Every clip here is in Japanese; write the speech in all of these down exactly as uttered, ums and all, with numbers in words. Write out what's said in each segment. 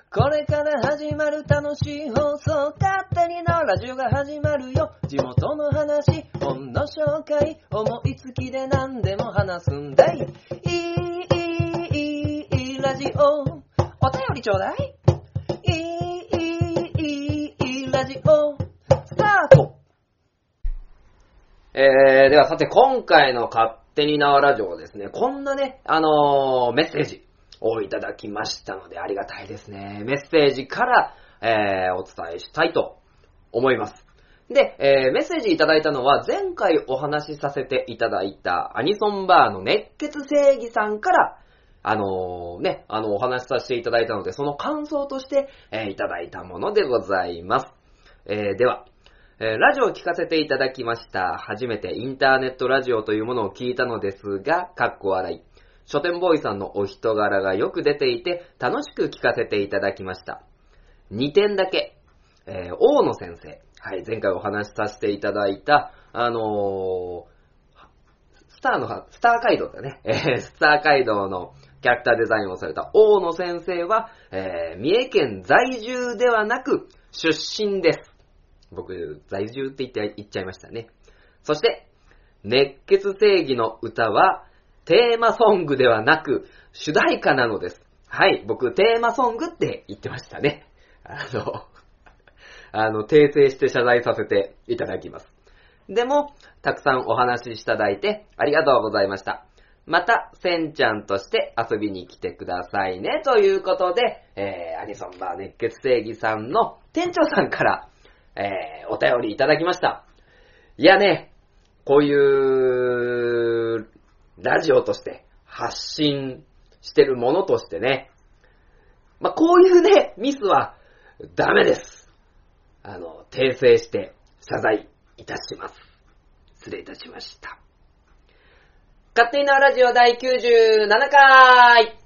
これから始まる楽しい放送、勝手にのラジオが始まるよ。地元の話、本の紹介、思いつきで何でも話すんだい。いい、いい、いいラジオ、お便りちょうだい。いい、いい、いいラジオ、スタート。えー、ではさて今回の勝手に縄ラジオですね、こんなね、あのー、メッセージをいただきましたのでありがたいですね。メッセージから、えー、お伝えしたいと思います。で、えー、メッセージいただいたのは前回お話しさせていただいたアニソンバーの熱血正義さんからあのー、ね、あのお話しさせていただいたので、その感想として、えー、いただいたものでございます。えー、では、えー、ラジオを聞かせていただきました。初めてインターネットラジオというものを聞いたのですが、かっこ笑い。書店ボーイさんのお人柄がよく出ていて、楽しく聞かせていただきました。にてんだけ、えー、大野先生。はい、前回お話しさせていただいた、あのー、スターの、スター街道だね。えー、スター街道のキャラクターデザインをされた大野先生は、えー、三重県在住ではなく、出身です。僕、在住って言って、言っちゃいましたね。そして、熱血正義の歌は、テーマソングではなく、主題歌なのです。はい、僕、テーマソングって言ってましたね。あの、あの、訂正して謝罪させていただきます。でも、たくさんお話しいただいて、ありがとうございました。また、せんちゃんとして遊びに来てくださいね。ということで、えー、アニソンバー熱血正義さんの店長さんから、えー、お便りいただきました。いやね、こういうラジオとして発信してるものとしてね、まあ、こういうねミスはダメです。あの訂正して謝罪いたします。失礼いたしました。勝手に縄ラジオだいきゅうじゅうななかい。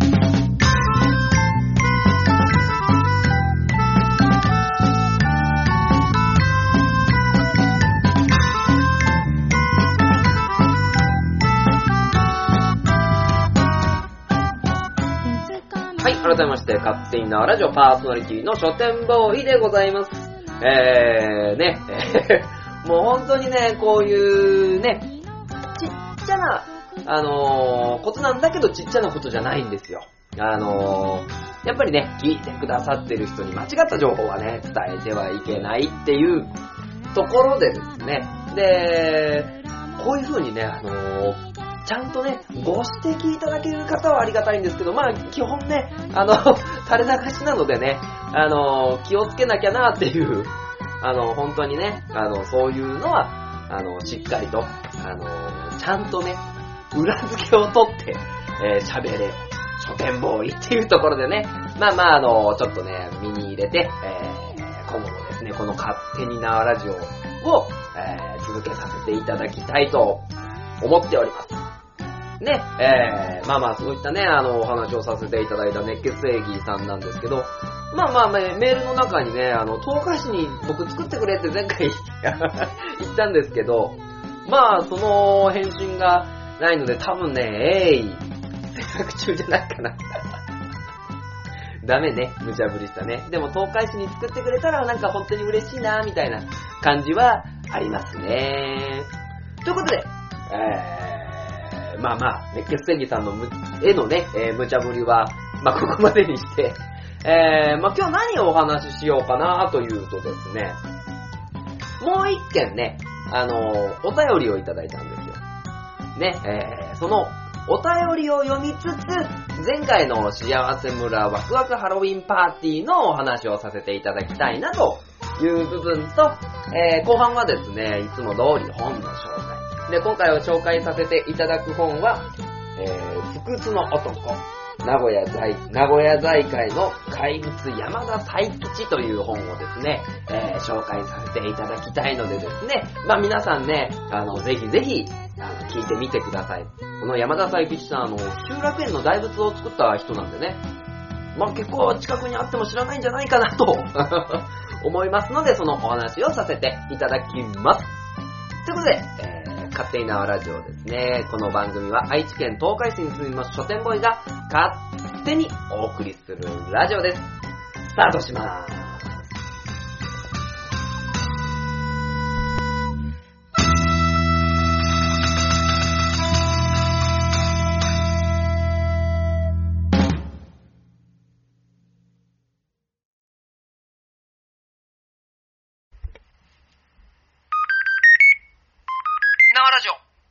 はい、改めまして、勝手に縄ラジオパーソナリティの書店ボーイでございます。えー、ね、もう本当にね、こういうね、ちっちゃな、あのー、ことなんだけどちっちゃなことじゃないんですよ。あのー、やっぱりね、聞いてくださってる人に間違った情報はね、伝えてはいけないっていうところでですね、で、こういう風にね、あのー、ちゃんとね、ご指摘いただける方はありがたいんですけど、まあ、基本ね、あの、垂れ流しなのでね、あの、気をつけなきゃなっていう、あの、本当にね、あの、そういうのは、あの、しっかりと、あの、ちゃんとね、裏付けを取って、えー、喋れ、書店ボーイっていうところでね、まあまあ、あの、ちょっとね、身に入れて、えー、今後もですね、この勝手に縄ラジオを、えー、続けさせていただきたいと思っております。ね、えー、まあまあそういったね、あの、お話をさせていただいた熱血正義さんなんですけど、まあまあメールの中にね、あの、東海市に僕作ってくれって前回言ったんですけど、まあその返信がないので多分ね、えい、制作中じゃないかな。ダメね、無茶ぶりしたね。でも東海市に作ってくれたらなんか本当に嬉しいな、みたいな感じはありますね。ということで、えー、まあまあ、熱血正義さんの絵のね、えー、無茶ぶりは、まあここまでにして、えー、まあ今日何をお話ししようかなというとですね、もう一件ね、あのー、お便りをいただいたんですよ。ね、えー、そのお便りを読みつつ、前回の幸せ村ワクワクハロウィンパーティーのお話をさせていただきたいなという部分と、えー、後半はですね、いつも通り本の紹介。で、今回を紹介させていただく本は、えー、不屈の男、名古屋在、名古屋財界の怪物山田才吉という本をですね、えー、紹介させていただきたいのでですね、まあ皆さんね、あの、ぜひぜひ、あの、聞いてみてください。この山田才吉さん、あの、集落園の大仏を作った人なんでね、まあ結構近くにあっても知らないんじゃないかなと思いますので、そのお話をさせていただきます。ということで、えー勝手に縄ラジオですね。この番組は愛知県東海市に住みます書店ボーイが勝手にお送りするラジオです。 タートします。 生ラジオ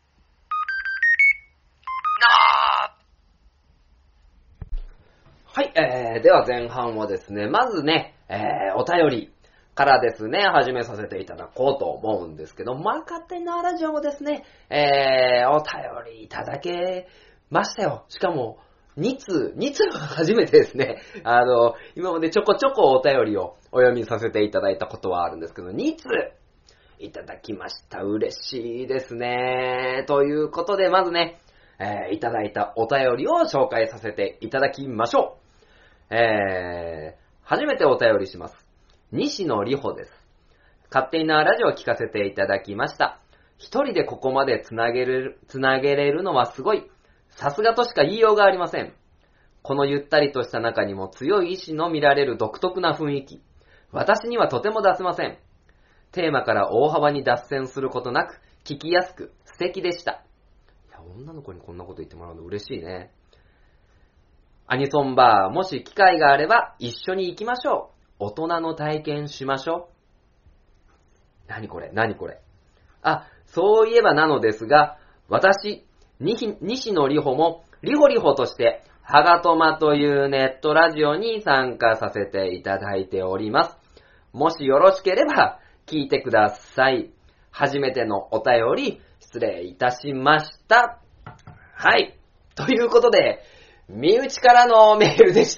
はい、えー、では前半はですね、まずね、えー、お便りからですね、始めさせていただこうと思うんですけど、まあ、勝手に生ラジオもですね、えー、お便りいただけましたよ。しかも、に通、に通は初めてですね、あの、今までちょこちょこお便りをお読みさせていただいたことはあるんですけど、に通いただきました。嬉しいですね。ということで、まずね、えー、いただいたお便りを紹介させていただきましょう。えー、初めてお便りします。西野里穂です。勝手になラジオを聞かせていただきました。一人でここまでつなげる、つなげれるのはすごい。さすがとしか言いようがありません。このゆったりとした中にも強い意志の見られる独特な雰囲気。私にはとても出せません。テーマから大幅に脱線することなく、聞きやすく素敵でした。いや、女の子にこんなこと言ってもらうの嬉しいね。アニソンバー、もし機会があれば一緒に行きましょう。大人の体験しましょう。なにこれ、なにこれ。あ、そういえばなのですが、私、西野里穂も、里穂里穂として、はがとまというネットラジオに参加させていただいております。もしよろしければ、聞いてください。初めてのお便り、失礼いたしました。はい。ということで、身内からのメールでした。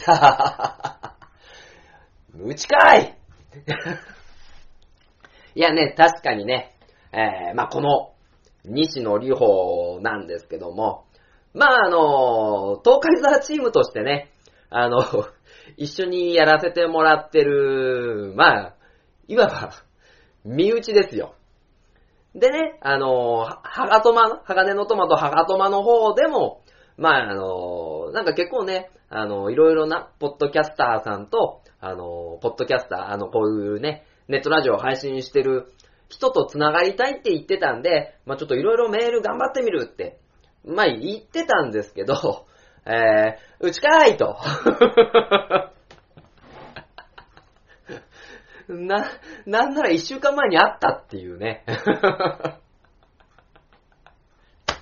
身内かいいやね、確かにね、えー、まあ、この、西野里穂なんですけども、まあ、あの、東海ザーチームとしてね、あの、一緒にやらせてもらってる、まあ、いわば、身内ですよ。でね、あの、はがとま、鋼のトマトはがとまの方でも、まあ、あの、なんか結構ね、あの、いろいろな、ポッドキャスターさんと、あの、ポッドキャスター、あの、こういうね、ネットラジオを配信してる人と繋がりたいって言ってたんで、まあちょっといろいろメール頑張ってみるって、まあ言ってたんですけど、えー、うちかーいと。な、なんなら一週間前に会ったっていうね。って、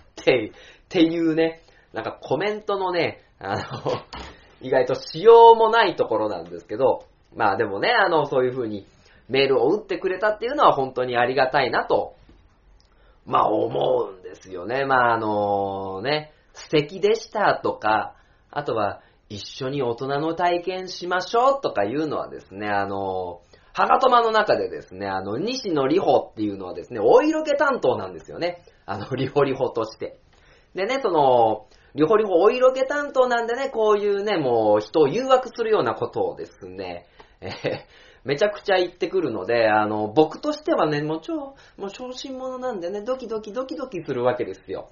っていうね。なんかコメントのね、あの、意外としようもないところなんですけど、まあでもね、あの、そういう風にメールを打ってくれたっていうのは本当にありがたいなと、まあ思うんですよね。まああのね、素敵でしたとか、あとは一緒に大人の体験しましょうとかいうのはですね、あの、はがとまの中でですね、あの、西野里穂っていうのはですね、お色気担当なんですよね。あの、里穂里穂として。でね、その、里穂里穂お色気担当なんでね、こういうね、もう人を誘惑するようなことをですね、えー、めちゃくちゃ言ってくるので、あの、僕としてはね、もう超、もう小心者なんでね、ドキドキドキドキするわけですよ。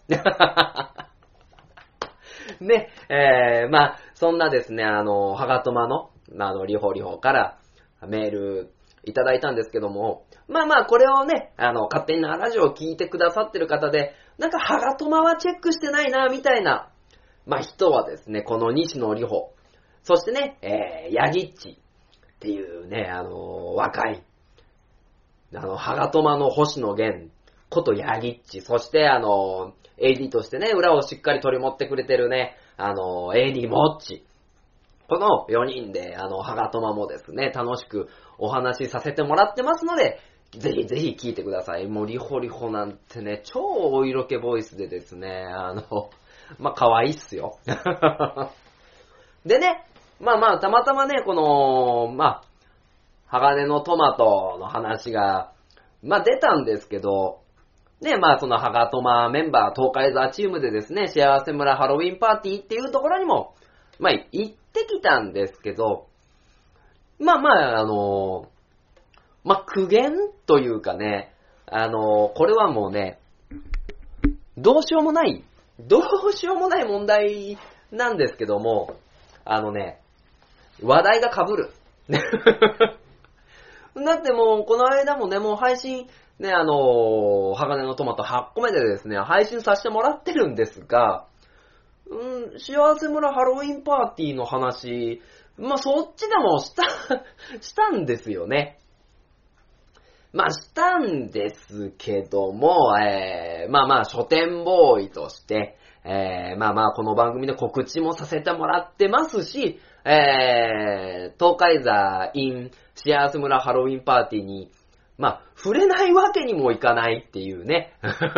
ね、えー、まあ、そんなですね、あの、はがとまの、あの、里穂里穂からメールいただいたんですけども、まあまあ、これをね、あの、勝手になラジオを聞いてくださってる方で、なんか、はがとまはチェックしてないな、みたいな、まあ、人はですね、この西野里穂、そしてね、えー、ヤギッチっていうね、あのー、若い、あの、はがとまの星野源ことヤギッチ、そしてあのー、エーディー としてね、裏をしっかり取り持ってくれてるね、あのー、エーディー モッチ。このよにんで、あの、はがとまもですね、楽しくお話しさせてもらってますので、ぜひぜひ聞いてください。もう、リホリホなんてね、超お色気ボイスでですね、あの、まあ、可愛いっすよ。でね、まあまあ、たまたまね、この、まあ、鋼のトマトの話が、まあ出たんですけど、ね、まあそのはがとまメンバー、東海ザチームでですね、幸せ村ハロウィンパーティーっていうところにも、まあ行ってきたんですけど、まあまあ、あの、まあ苦言というかね、あの、これはもうね、どうしようもない、どうしようもない問題なんですけども、あのね、話題が被る。 だってもう、この間もね、もう配信、ね、あのー、鋼のトマトはっこめでですね、配信させてもらってるんですが、うん、幸せ村ハロウィンパーティーの話、まあ、そっちでもした、したんですよね。まあ、したんですけども、えー、まあまあ、書店ボーイとして、えー、まあまあ、この番組で告知もさせてもらってますし、えー、東海座 in 幸せ村ハロウィンパーティーに、まあ、触れないわけにもいかないっていうね、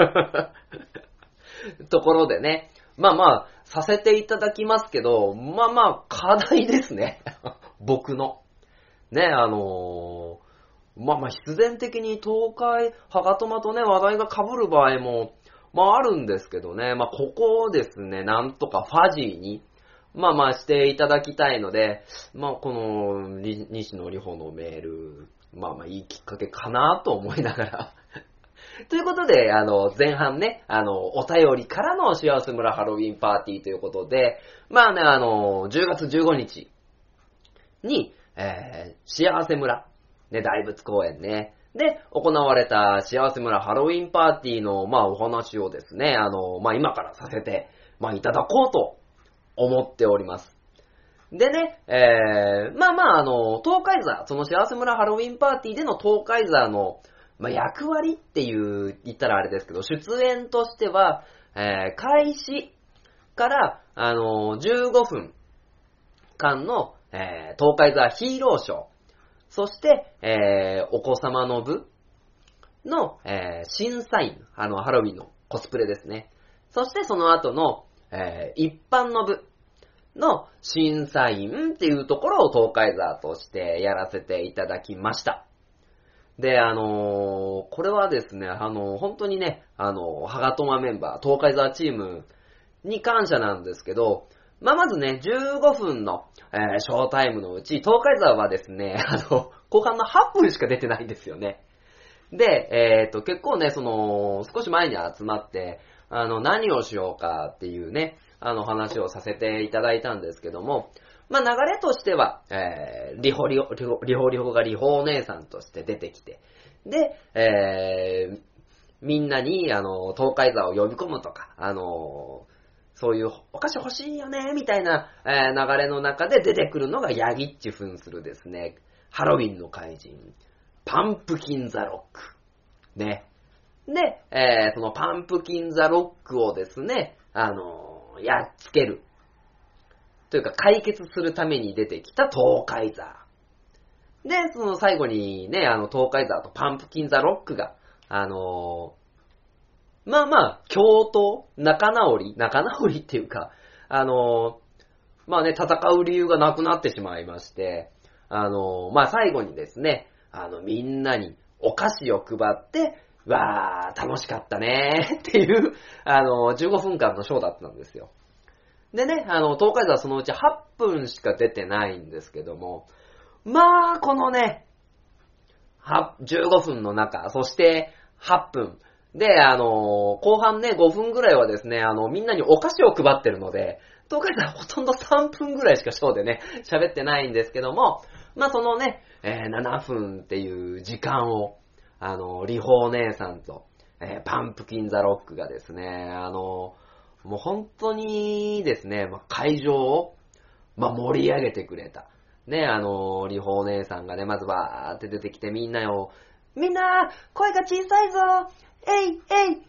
ところでね、まあまあ、させていただきますけど、まあまあ、課題ですね。僕の。ね、あのー、まあまあ必然的に東海、ハガトマとね、話題が被る場合も、まああるんですけどね、まあここをですね、なんとかファジーに、まあまあしていただきたいので、まあこの、西野里穂のメール、まあまあいいきっかけかなと思いながら。ということで、あの、前半ね、あの、お便りからの幸せ村ハロウィンパーティーということで、まあね、あの、じゅうがつじゅうごにちに、えー、幸せ村、ね、大仏公園ね。で、行われた幸せ村ハロウィンパーティーの、まあ、お話をですね、あの、まあ、今からさせて、まあ、いただこうと思っております。でね、えー、まあまあ、あの、東海座、その幸せ村ハロウィンパーティーでの東海座の、まあ、役割っていう、言ったらあれですけど、出演としては、えー、開始から、あの、じゅうごふんかんの、えー、東海座ヒーローショー、そして、えー、お子様の部の、えー、審査員、あの、ハロウィンのコスプレですね。そしてその後の、えー、一般の部の審査員っていうところを東海座としてやらせていただきました。で、あのー、これはですね、あのー、本当にね、あのー、ハガトマメンバー、東海座チームに感謝なんですけど、まあ、まずね、じゅうごふんの、えー、ショータイムのうち、東海座はですね、あの、後半のはっぷんしか出てないんですよね。で、えっと、結構ね、その、少し前に集まって、あの、何をしようかっていうね、あの話をさせていただいたんですけども、まあ、流れとしては、えー、リホリホ、リホリホリホがリホお姉さんとして出てきて、で、えー、みんなに、あの、東海座を呼び込むとか、あの、そういうお菓子欲しいよね、みたいな、えー、流れの中で出てくるのがヤギッチ扮するですね、ハロウィンの怪人、パンプキンザロック。ね。で、えー、そのパンプキンザロックをですね、あのー、やっつける。というか解決するために出てきた東海座。で、その最後にね、あの東海座とパンプキンザロックが、あのー、まあまあ、共闘、仲直り、仲直りっていうか、あのー、まあね、戦う理由がなくなってしまいまして、あのー、まあ最後にですね、あの、みんなにお菓子を配って、わー、楽しかったねーっていう、あの、じゅうごふんかんのショーだったんですよ。でね、あの、東海座はそのうちはっぷんしか出てないんですけども、まあ、このね、じゅうごふんの中、そしてはっぷん。で、あの、後半ね、ごふんぐらいはですね、あの、みんなにお菓子を配ってるので、東海座はほとんどさんぷんぐらいしかショーでね、喋ってないんですけども、まあ、そのね、えー、ななふんっていう時間を、あの、リホお姉さんと、えー、パンプキンザロックがですね、あの、もう本当にですね、まあ、会場を、まあ、盛り上げてくれた。ね、あの、リホお姉さんがね、まずバーって出てきてみんなを、みんな、声が小さいぞえい、えい、おーえい、えい、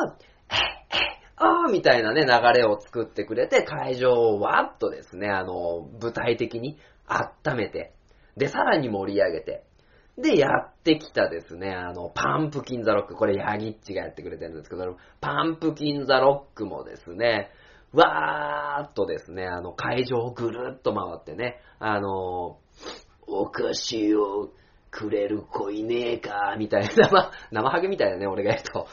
おーみたいなね、流れを作ってくれて、会場をわっとですね、あの、舞台的に温めて、で、さらに盛り上げて、で、やってきたですね、あの、パンプキンザロック、これヤギッチがやってくれてるんですけど、パンプキンザロックもですね、わーっとですね、あの、会場をぐるっと回ってね、あの、お菓子をくれる子いねえか、みたいな、生、生ハゲみたいなね、俺がやると。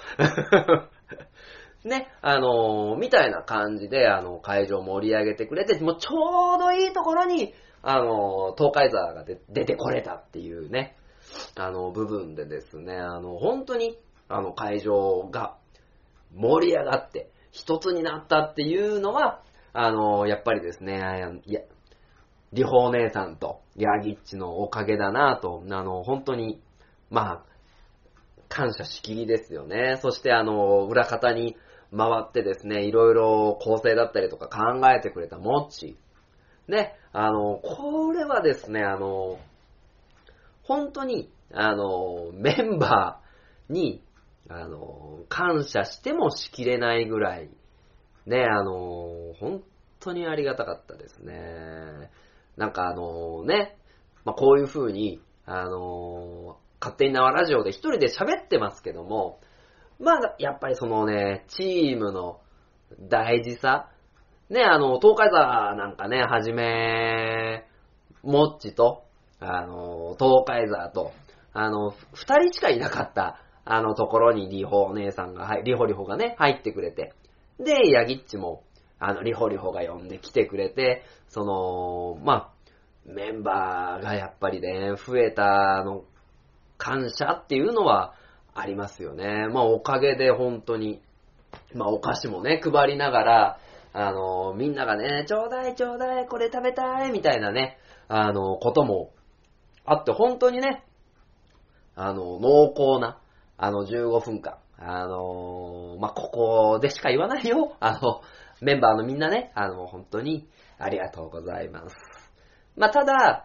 ね、あの、みたいな感じで、あの、会場を盛り上げてくれて、もうちょうどいいところに、あの、東海座が出てこれたっていうね、あの、部分でですね、あの、本当に、あの、会場が盛り上がって、一つになったっていうのは、あの、やっぱりですね、いや、 リホ姉さんとヤギッチのおかげだなと、あの、本当に、まあ、感謝しきりですよね。そしてあの、裏方に回ってですね、いろいろ構成だったりとか考えてくれたモッチー。ね、あの、これはですね、あの、本当に、あの、メンバーに、あの、感謝してもしきれないぐらい、ね、あの、本当にありがたかったですね。なんかあのね、まあ、こういう風に、あの、勝手に縄ラジオで一人で喋ってますけども、まあ、やっぱりそのね、チームの大事さ、ね、あの、東海座なんかね、はじめ、モッチと、あの、東海座と、あの、二人しかいなかった、あのところにリホお姉さんが、リホリホがね、入ってくれて、で、ヤギッチも、あの、リホリホが呼んできてくれて、その、まあ、メンバーがやっぱりね、増えたの、感謝っていうのはありますよね。まあ、おかげで本当に、まあ、お菓子もね、配りながら、あの、みんながね、ちょうだいちょうだい、これ食べたい、みたいなね、あの、こともあって、本当にね、あの、濃厚な、あの、じゅうごふんかん、あの、まあ、ここでしか言わないよ、あの、メンバーのみんなね、あの、本当にありがとうございます。まあ、ただ、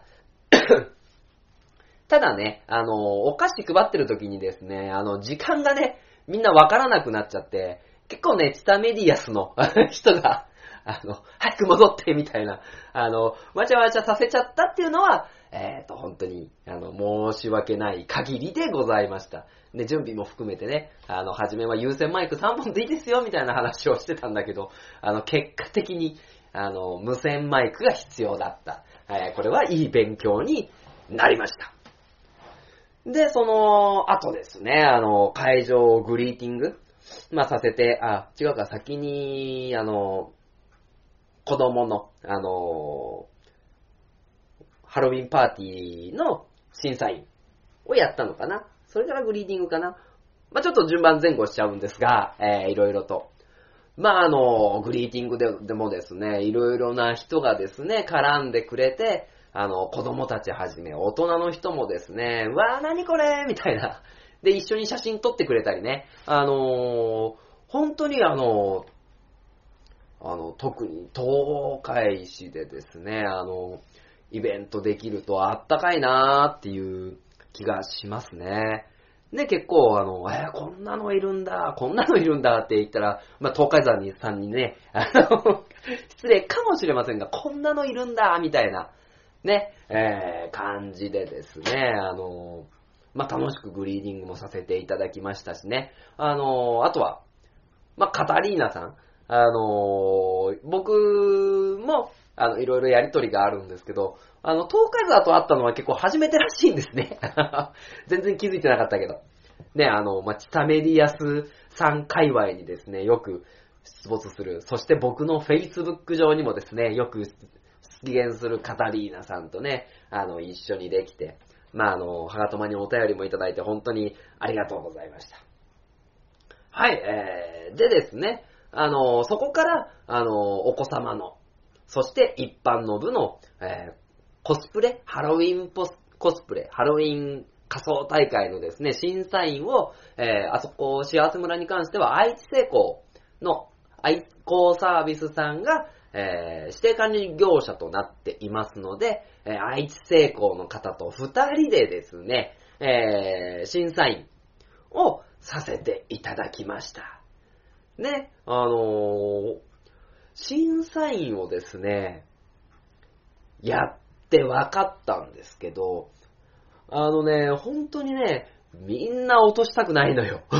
ただね、あの、お菓子配ってる時にですね、あの、時間がね、みんなわからなくなっちゃって、結構ね、チタメディアスの人が、あの、早く戻ってみたいな、あの、わちゃわちゃさせちゃったっていうのは、えっと、本当に、あの、申し訳ない限りでございました。で、準備も含めてね、あの、初めは有線マイクさんぼんでいいですよ、みたいな話をしてたんだけど、あの、結果的に、あの、無線マイクが必要だった。えー、これはいい勉強になりました。で、その後ですね、あの、会場グリーティング、まあ、させて、あ、違うか、先に、あの、子供の、あの、ハロウィンパーティーの審査員をやったのかな。それからグリーティングかな。まあ、ちょっと順番前後しちゃうんですが、えー、いろいろと。まあ、あの、グリーティングで、でもですね、いろいろな人がですね、絡んでくれて、あの、子供たちはじめ、大人の人もですね、うわー、なにこれみたいな。で、一緒に写真撮ってくれたりね。あのー、本当にあの、あの、特に東海市でですね、あの、イベントできるとあったかいなーっていう気がしますね。で、結構、あの、えー、こんなのいるんだ、こんなのいるんだって言ったら、まあ、東海山さんにね、あの、失礼かもしれませんが、こんなのいるんだ、みたいな、ね、えー、感じでですね、あの、まあ、楽しくグリーディングもさせていただきましたしね、あの、あとは、まあ、カタリーナさん、あの、僕も、あの、いろいろやりとりがあるんですけど、あの、東海座と会ったのは結構初めてらしいんですね。全然気づいてなかったけど。ね、あの、まあ、チタメディアスさん界隈にですね、よく出没する。そして僕の Facebook 上にもですね、よく出現するカタリーナさんとね、あの、一緒にできて、まあ、あの、はがとまにお便りもいただいて本当にありがとうございました。はい、えー、でですね、あの、そこから、あの、お子様の、そして一般の部の、えー、コスプレ、ハロウィンポスコスプレ、ハロウィン仮装大会のですね、審査員を、えー、あそこ、幸せ村に関しては愛知製鋼の愛工サービスさんが、えー、指定管理業者となっていますので、えー、愛知製鋼の方と二人でですね、えー、審査員をさせていただきました。ね、あのー、審査員をですね、やって分かったんですけど、あのね、本当にね、みんな落としたくないのよ。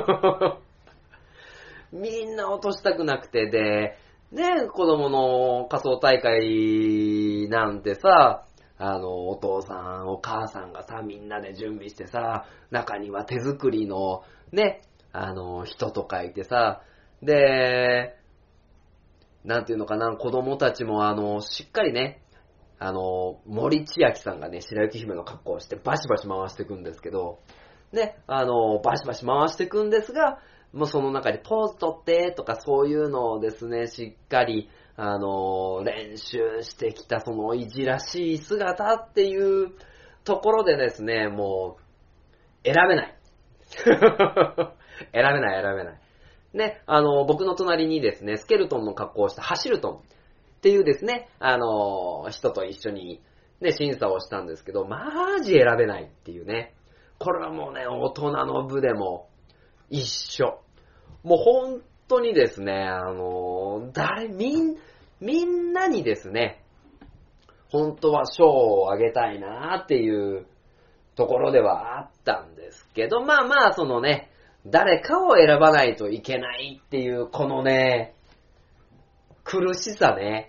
みんな落としたくなくて、で、ね、子供の仮装大会なんてさ、あの、お父さん、お母さんがさ、みんなで準備してさ、中には手作りの、ね、あの、人とかいてさ、で、なんていうのかな、子供たちもあの、しっかりね、あの、森千秋さんがね、白雪姫の格好をしてバシバシ回していくんですけど、ね、あの、バシバシ回していくんですが、もうその中でポーズ取ってとかそういうのをですね、しっかり、 あの、練習してきたそのいじらしい姿っていうところでですね、もう、選べない。選べない、選べない。ね、あの、僕の隣にですね、スケルトンの格好をしたハシルトンっていうですね、あの、人と一緒にね、審査をしたんですけど、マジ選べないっていうね。これはもうね、大人の部でも一緒。もう本当にですね、あの、誰、みん、みんなにですね、本当は賞をあげたいなっていうところではあったんですけど、まあまあ、そのね、誰かを選ばないといけないっていう、このね、苦しさね。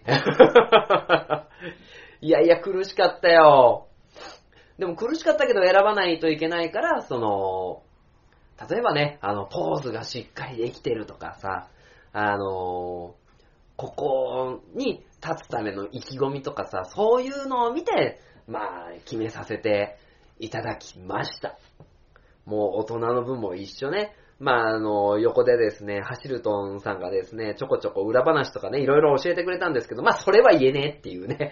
いやいや、苦しかったよ。でも苦しかったけど選ばないといけないから、その、例えばね、あの、ポーズがしっかりできてるとかさ、あの、ここに立つための意気込みとかさ、そういうのを見て、まあ、決めさせていただきました。もう大人の分も一緒ね。まあ、あの、横でですね、ハシルトンさんがですね、ちょこちょこ裏話とかね、いろいろ教えてくれたんですけど、まあ、それは言えねえっていうね、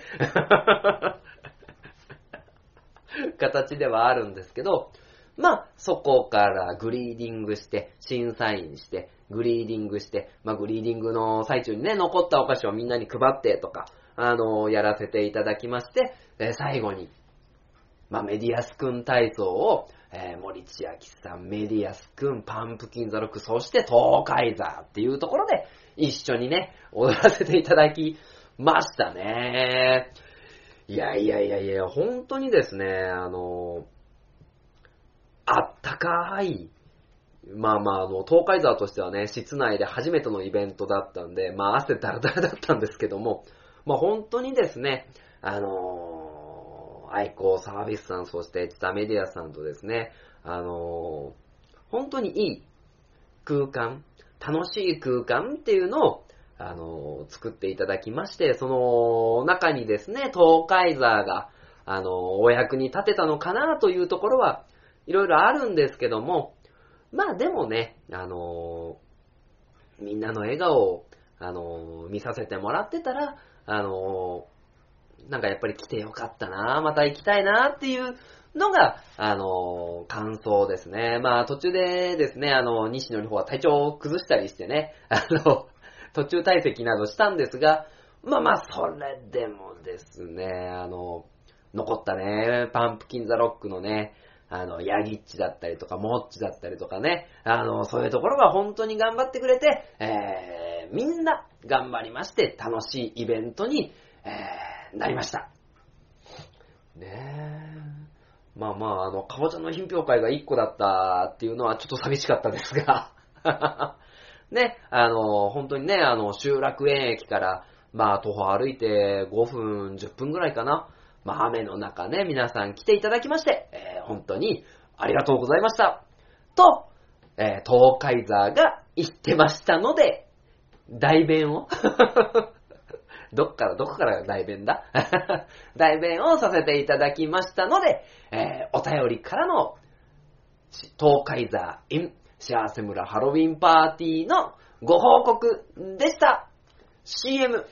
形ではあるんですけど、まあ、そこからグリーディングして、審査員して、グリーディングして、まあ、グリーディングの最中にね、残ったお菓子をみんなに配ってとか、あの、やらせていただきまして、で最後に、まあ、メディアスくん体操を、えー、森千秋さん、メディアスくん、パンプキンザロック、そして東海座っていうところで一緒にね、踊らせていただきましたね。いやいやいやいや、本当にですね、あの、あったかい、まあまあ、あの、東海座としてはね、室内で初めてのイベントだったんで、まあ汗だらだらだったんですけども、まあ本当にですね、あのー、愛好サービスさん、そしてエチタメディアさんとですね、あのー、本当にいい空間、楽しい空間っていうのを、あのー、作っていただきまして、その中にですね、東海座が、あのー、お役に立てたのかなというところは、いろいろあるんですけども、まあでもね、あのー、みんなの笑顔を、あのー、見させてもらってたら、あのー、なんかやっぱり来てよかったな、また行きたいなっていうのが、あのー、感想ですね。まあ途中でですね、あの、西野の方は体調を崩したりしてね、あの、途中退席などしたんですが、まあまあそれでもですね、あの、残ったね、パンプキンザロックのね、あの、ヤギッチだったりとか、モッチだったりとかね、あの、そういうところが本当に頑張ってくれて、えー、みんな頑張りまして、楽しいイベントに、えー、なりました。ねえ。まあまあ、あの、かぼちゃの品評会がいっこだったっていうのはちょっと寂しかったですが、ね、あの、本当にね、あの、集落園駅から、まあ、徒歩歩いてごふん、じゅっぷんぐらいかな。まあ、雨の中ね、皆さん来ていただきまして、えー、本当にありがとうございました。と、えー、東海座が言ってましたので、代弁をどっから、どこから代弁だ代弁をさせていただきましたので、えー、お便りからの東海座 in 幸せ村ハロウィンパーティーのご報告でした。シーエム。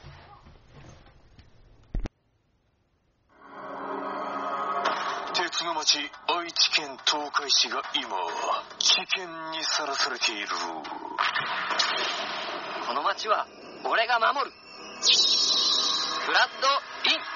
鉄の町愛知県東海市が今危険にさらされている。 この町は俺が守る。フラッドインイン。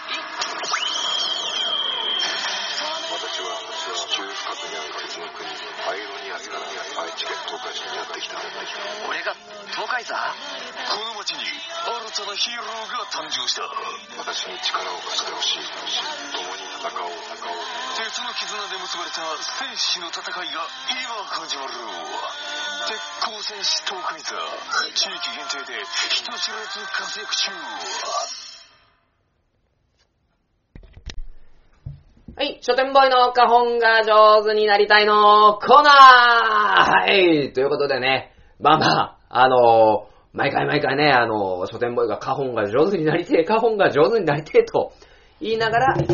私は地中深くにある鉄の国アイロニアスから愛知県東海市にやってきた。 俺が東海座。 この町に新たなヒーローが誕生した。私に力を貸してほしい。共に戦おう戦おう。鉄の絆で結ばれた戦士の戦いが今始まる。鉄鋼戦士東海座、地域限定で人知れず活躍中。 はい、書店ボーイの花本が上手になりたいのコーナー。はい、ということでね、まあまあ、あのー、毎回毎回ね、あのー、書店ボーイが花本が上手になりてえ、花本が上手になりてえと言いながら、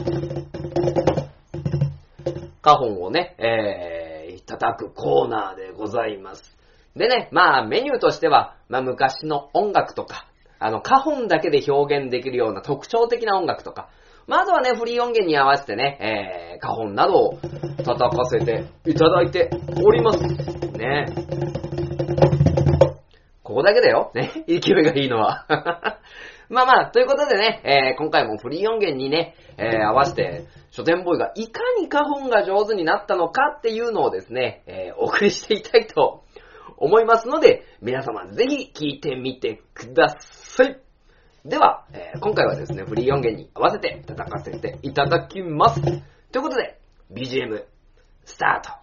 花本をね、えー、いただくコーナーでございます。でね、まあメニューとしては、まあ昔の音楽とか、 あの、花本だけで表現できるような特徴的な音楽とか、まずはね、フリー音源に合わせてね、えー、花本などを叩かせていただいております。ね。ここだけだよ。ね。勢いがいいのは。まあまあ、ということでね、えー、今回もフリー音源にね、えー、合わせて、書店ボーイがいかに花本が上手になったのかっていうのをですね、えー、お送りしていきたいと思いますので、皆様ぜひ聞いてみてください。では、えー、今回はですね、フリー音源に合わせて叩かせていただきます。ということで、ビージーエム、スタート。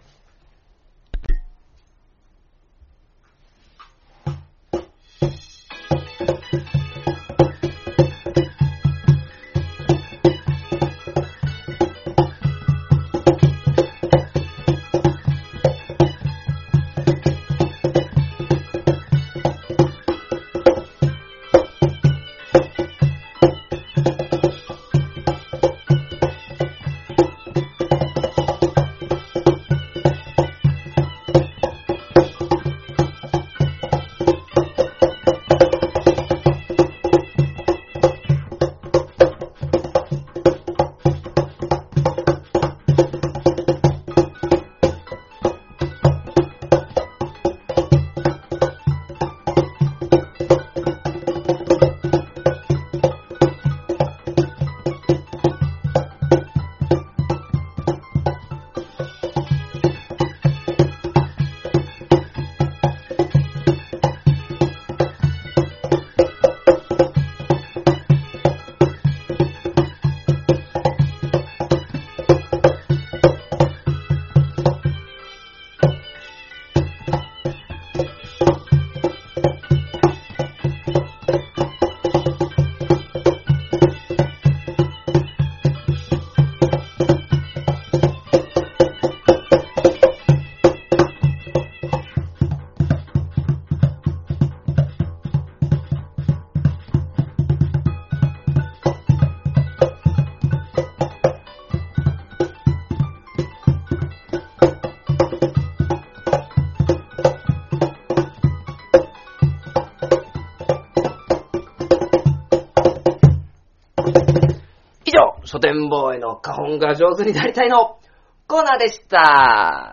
書店ボーイの花本が上手になりたいのコーナーでした。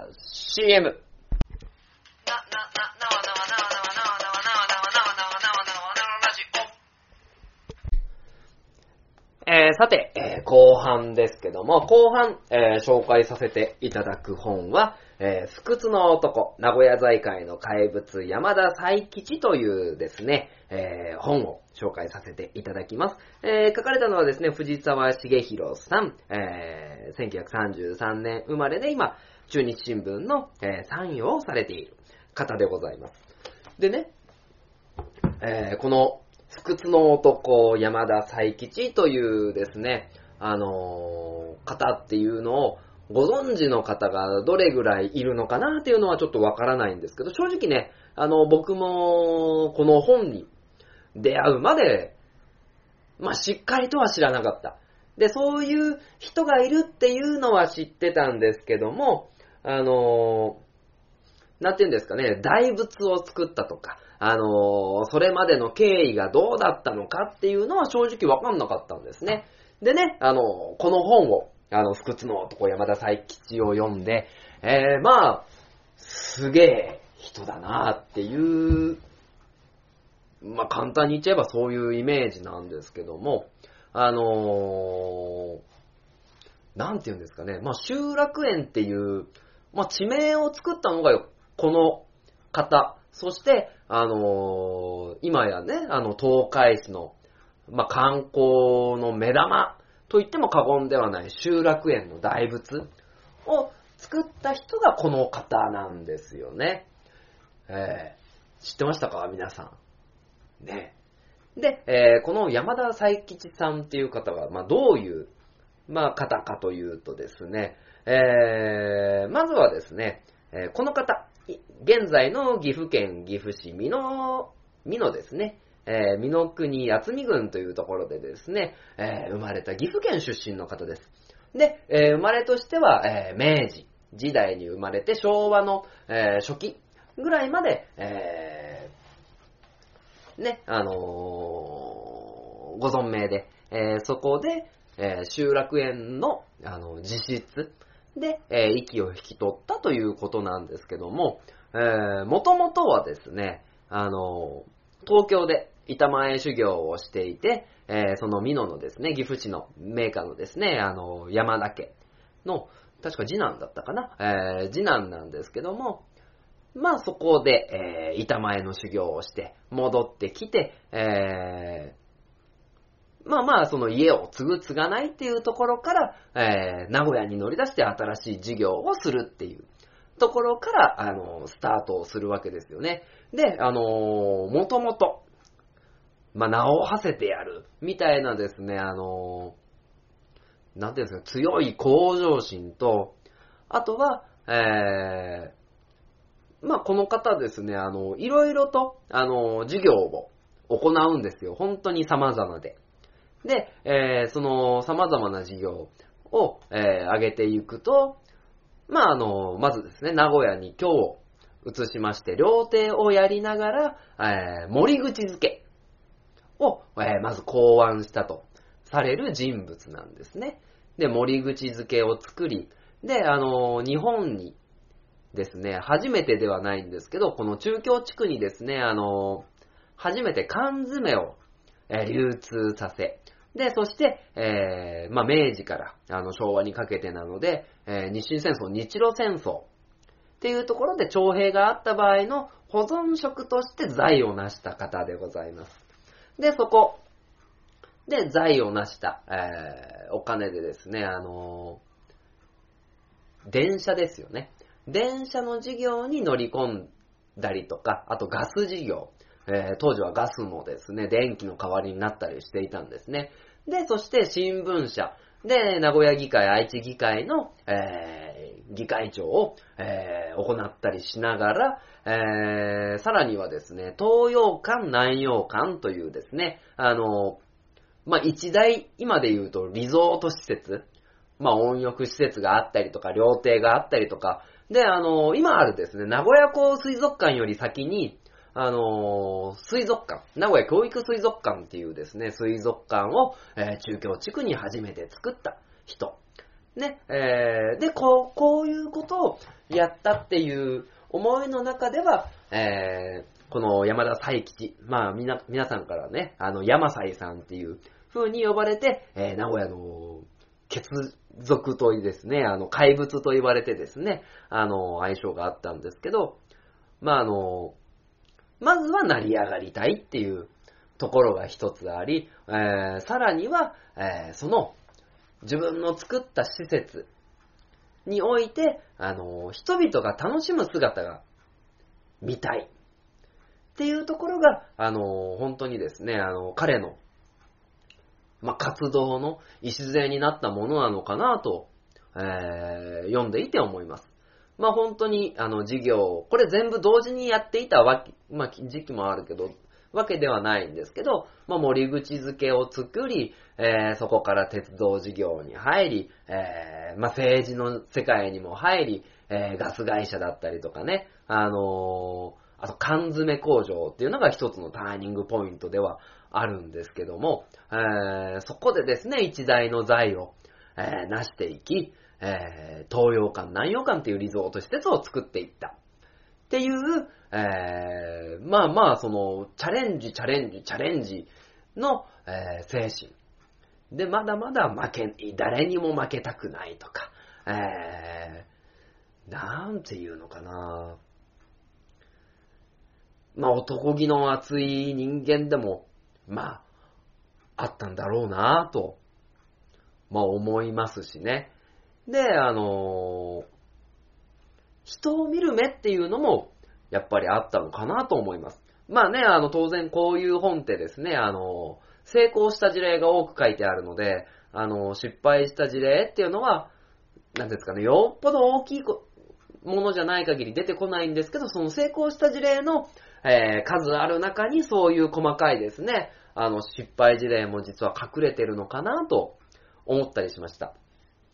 シーエム。えー、さて、えー、後半ですけども、後半、えー、紹介させていただく本は、えー、不屈の男、名古屋財界の怪物、山田才吉というですね、えー、本を紹介させていただきます。えー、書かれたのはですね、藤沢茂弘さん、えー、せんきゅうひゃくさんじゅうさんねん生まれで、今、中日新聞の、えー、参与をされている方でございます。でね、えー、この、不屈の男、山田才吉というですね、あのー、方っていうのをご存知の方がどれぐらいいるのかなっていうのはちょっとわからないんですけど、正直ね、あの、僕もこの本に出会うまで、まあ、しっかりとは知らなかった。で、そういう人がいるっていうのは知ってたんですけども、あのー、なんていうんですかね、大仏を作ったとか、あのー、それまでの経緯がどうだったのかっていうのは正直わかんなかったんですね。でね、あのー、この本を、あの、不屈の男山田才吉を読んで、えー、まあ、すげえ人だなっていう、まあ簡単に言っちゃえばそういうイメージなんですけども、あのー、なんていうんですかね、まあ集落園っていう、まあ地名を作ったのがこの方、そして、あのー、今やね、あの、東海市の、まあ、観光の目玉と言っても過言ではない集落園の大仏を作った人がこの方なんですよね。えー、知ってましたか皆さん。ね。で、えー、この山田才吉さんっていう方が、まあ、どういう、まあ、方かというとですね、えー、まずはですね、えー、この方、現在の岐阜県岐阜市美濃、美濃ですね、えー、美濃国渥美郡というところでですね、えー、生まれた岐阜県出身の方です。で、えー、生まれとしては、えー、明治時代に生まれて昭和の、えー、初期ぐらいまで、えね、あのー、ご存命で、えー、そこで、えー、集落園の、あの、自室で、えー、息を引き取ったということなんですけども、えー、もともとはですね、あのー、東京で板前修行をしていて、えー、その美濃のですね、岐阜市の名家のですね、あのー、山田家の、確か次男だったかな、えー、次男なんですけども、まあそこで、えー、板前の修行をして戻ってきて、えー、まあまあその家を継ぐ継がないっていうところから、えー、名古屋に乗り出して新しい事業をするっていうところから、あのー、スタートをするわけですよね。で、あのー、もともと、まあ名を馳せてやるみたいなですね、あのー、なんていうんですか、強い向上心と、あとは、えー、まあ、この方ですね、あの、いろいろと、あの、授業を行うんですよ。本当に様々で。で、えー、その様々な授業を、えー、上げていくと、まあ、あの、まずですね、名古屋に今日移しまして、料亭をやりながら、えー、森口漬けを、えー、まず考案したとされる人物なんですね。で、森口漬けを作り、で、あの、日本にですね、初めてではないんですけど、この中京地区にですね、あの、初めて缶詰を、えー、流通させ、で、そして、えー、まあ、明治からあの昭和にかけてなので、えー、日清戦争、日露戦争っていうところで徴兵があった場合の保存食として財を成した方でございます。で、そこで財を成した、えー、お金でですね、あのー、電車ですよね。電車の事業に乗り込んだりとか、あとガス事業。えー、当時はガスもですね、電気の代わりになったりしていたんですね。で、そして新聞社。で、名古屋議会、愛知議会の、えー、議会長を、えー、行ったりしながら、えー、さらにはですね、東洋館、南洋館というですね、あの、まあ、一大、今で言うとリゾート施設、まあ、温浴施設があったりとか、料亭があったりとか、で、あの、今あるですね、名古屋港水族館より先に、あの、水族館、名古屋教育水族館っていうですね、水族館を、えー、中京地区に初めて作った人。ね、えー、で、こう、こういうことをやったっていう思いの中では、えー、この山田才吉、まあ、みな、皆さんからね、あの、山才さんっていう風に呼ばれて、えー、名古屋の血族とですね、あの、怪物と言われてですね、あの、相性があったんですけど、まあ、あの、まずは成り上がりたいっていうところが一つあり、えー、さらには、えー、その自分の作った施設において、あの、人々が楽しむ姿が見たいっていうところが、あの、本当にですね、あの、彼の、まあ、活動の礎になったものなのかなと、えー、読んでいて思います。まあ本当に、あの、事業、これ全部同時にやっていたわけ、まあ時期もあるけど、わけではないんですけど、まあ森口漬けを作り、えー、そこから鉄道事業に入り、えー、まあ政治の世界にも入り、えー、ガス会社だったりとかね、あのー、あと缶詰工場っていうのが一つのターニングポイントではあるんですけども、えー、そこでですね、一大の財を、えー、成していき、えー、東洋館、南洋館っていうリゾート施設を作っていったっていう、えー、まあまあそのチャレンジチャレンジチャレンジの、えー、精神で、まだまだ負け誰にも負けたくないとか、えー、なんていうのかな、まあ男気の熱い人間でもまああったんだろうなぁと、まあ思いますしね。で、あのー、人を見る目っていうのも、やっぱりあったのかなと思います。まあね、あの、当然こういう本ってですね、あのー、成功した事例が多く書いてあるので、あのー、失敗した事例っていうのは、なんですかね、よっぽど大きいものじゃない限り出てこないんですけど、その成功した事例の、えー、数ある中にそういう細かいですね、あの、失敗事例も実は隠れてるのかなと思ったりしました。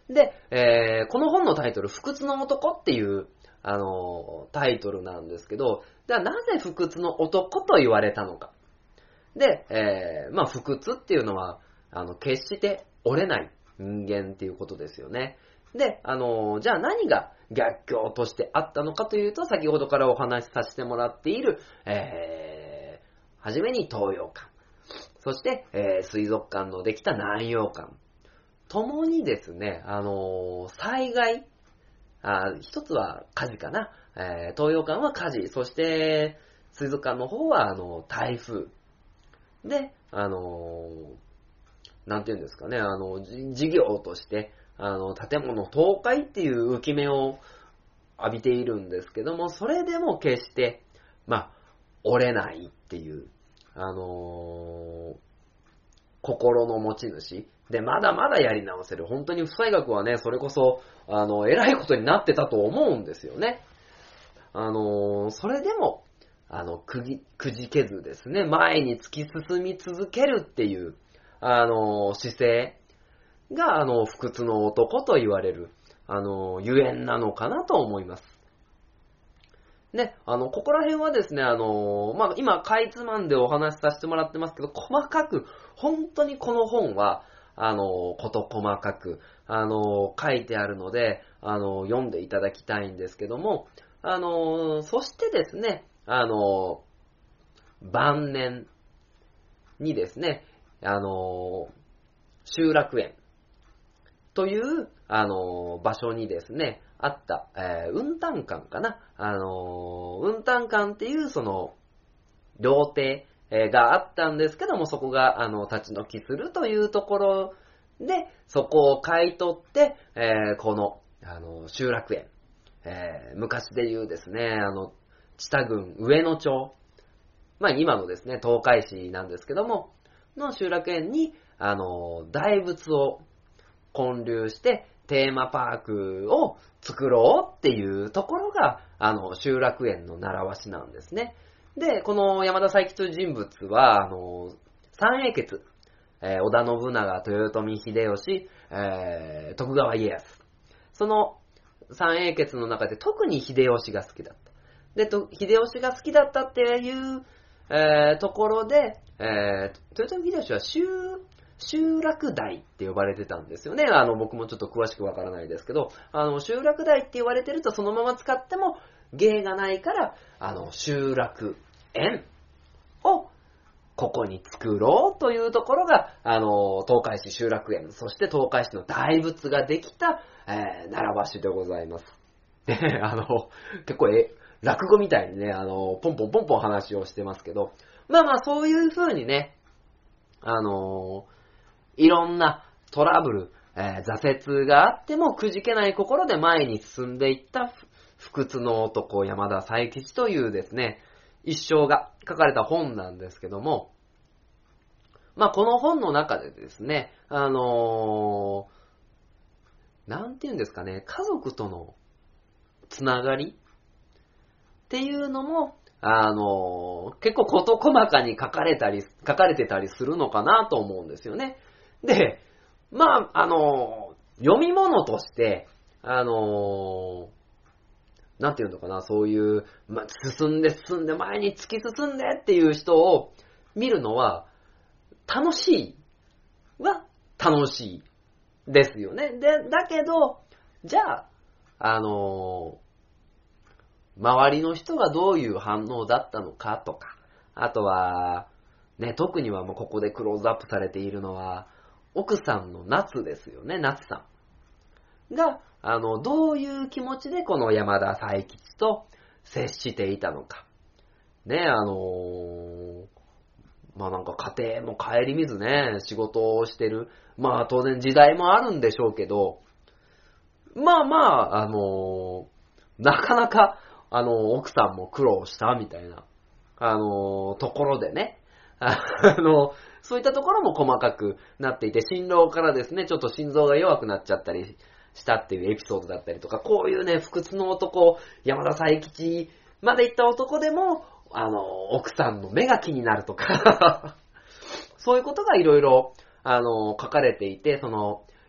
で、えー、この本のタイトル、不屈の男っていう、あのー、タイトルなんですけど、ではなぜ不屈の男と言われたのか。で、えー、まあ、不屈っていうのは、あの、決して折れない人間っていうことですよね。で、あのー、じゃあ何が逆境としてあったのかというと、先ほどからお話しさせてもらっている、えー、はじめに東洋館、そして、えー、水族館のできた南洋館、ともにですね、あのー、災害、あ一つは火事かな、えー、東洋館は火事、そして水族館の方はあの台風で、あのー、なんていうんですかね、あの事業としてあの建物倒壊っていう浮き目を浴びているんですけども、それでも決してまあ折れないっていうあのー、心の持ち主で、まだまだやり直せる。本当に不災学はね、それこそ、あの、偉いことになってたと思うんですよね。あのー、それでも、あの、くぎ、くじけずですね、前に突き進み続けるっていう、あのー、姿勢が、あの、不屈の男と言われる、あのー、ゆえんなのかなと思います。ね、あの、ここら辺はですね、あのー、まあ、今、かいつまんでお話しさせてもらってますけど、細かく、本当にこの本は、あの、こと細かく、あの、書いてあるので、あの、読んでいただきたいんですけども、あの、そしてですね、あの、晩年にですね、あの、集落園という、あの、場所にですね、あった、えー、雲丹館かな、あの、雲丹館っていうその、料亭、があったんですけども、そこが、あの、立ち退きするというところで、そこを買い取って、えー、この、あの、集落園、えー、昔で言うですね、あの、知多郡上野町、まあ今のですね、東海市なんですけども、の集落園に、あの、大仏を建立して、テーマパークを作ろうっていうところが、あの、集落園の習わしなんですね。で、この山田佐伯という人物は、あの、三英傑、えー、織田信長、豊臣秀吉、えー、徳川家康。その三英傑の中で特に秀吉が好きだった。で、と秀吉が好きだったっていう、えー、ところで、えー、豊臣秀吉は集、集落大って呼ばれてたんですよね。あの、僕もちょっと詳しくわからないですけど、あの、集落大って言われてるとそのまま使っても、芸がないから、あの、集落園をここに作ろうというところが、あの、東海市集落園、そして東海市の大仏ができた、えー、習わしでございます。で、あの、結構え、落語みたいにね、あの、ポンポンポンポン話をしてますけど、まあまあそういう風にね、あの、いろんなトラブル、えー、挫折があってもくじけない心で前に進んでいった不屈の男、山田佐吉というですね、一生が書かれた本なんですけども、まあこの本の中でですね、あのー、なんて言うんですかね、家族とのつながりっていうのも、あのー、結構事細かに書かれたり、書かれてたりするのかなと思うんですよね。で、まあ、あのー、読み物として、あのー、なんていうのかな、そういう、ま、進んで進んで前に突き進んでっていう人を見るのは楽しいは楽しいですよね。で、だけど、じゃあ、あのー、周りの人がどういう反応だったのかとか、あとは、ね、特にはもうここでクローズアップされているのは、奥さんの夏ですよね、夏さんが、あの、どういう気持ちでこの山田佐吉と接していたのか。ね、あのー、まあなんか家庭も顧みずね、仕事をしてる。まあ当然時代もあるんでしょうけど、まあまあ、あのー、なかなか、あのー、奥さんも苦労したみたいな、あのー、ところでね、あの、そういったところも細かくなっていて、心労からですね、ちょっと心臓が弱くなっちゃったりしたっていうエピソードだったりとか、こういうね、不屈の男、山田佐吉まで行った男でも、あの、奥さんの目が気になるとか、そういうことがいろいろ、あの、書かれていて、その、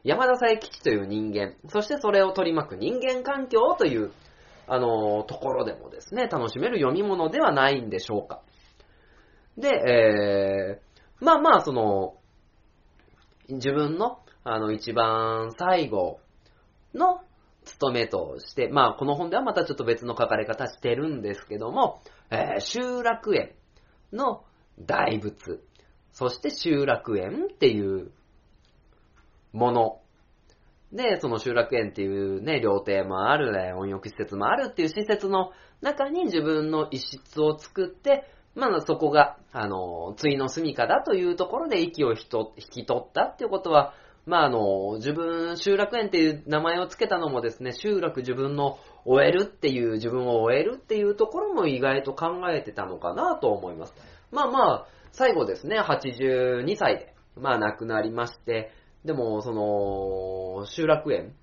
山田佐吉という人間、そしてそれを取り巻く人間環境という、あの、ところでもですね、楽しめる読み物ではないんでしょうか。で、えー、まあまあ、その、自分の、あの、一番最後の務めとして、まあ、この本ではまたちょっと別の書かれ方してるんですけども、えー、集落園の大仏、そして集落園っていうもので、その集落園っていうね、料亭もあるね、温浴施設もあるっていう施設の中に自分の一室を作って、まあそこが、あの、対の住処だというところで息を引き取ったっていうことは、まああの、自分、集落園っていう名前をつけたのもですね、集落自分の終えるっていう、自分を終えるっていうところも意外と考えてたのかなと思います。まあまあ、最後ですね、はちじゅうにさいで、まあ亡くなりまして、でも、その、集落園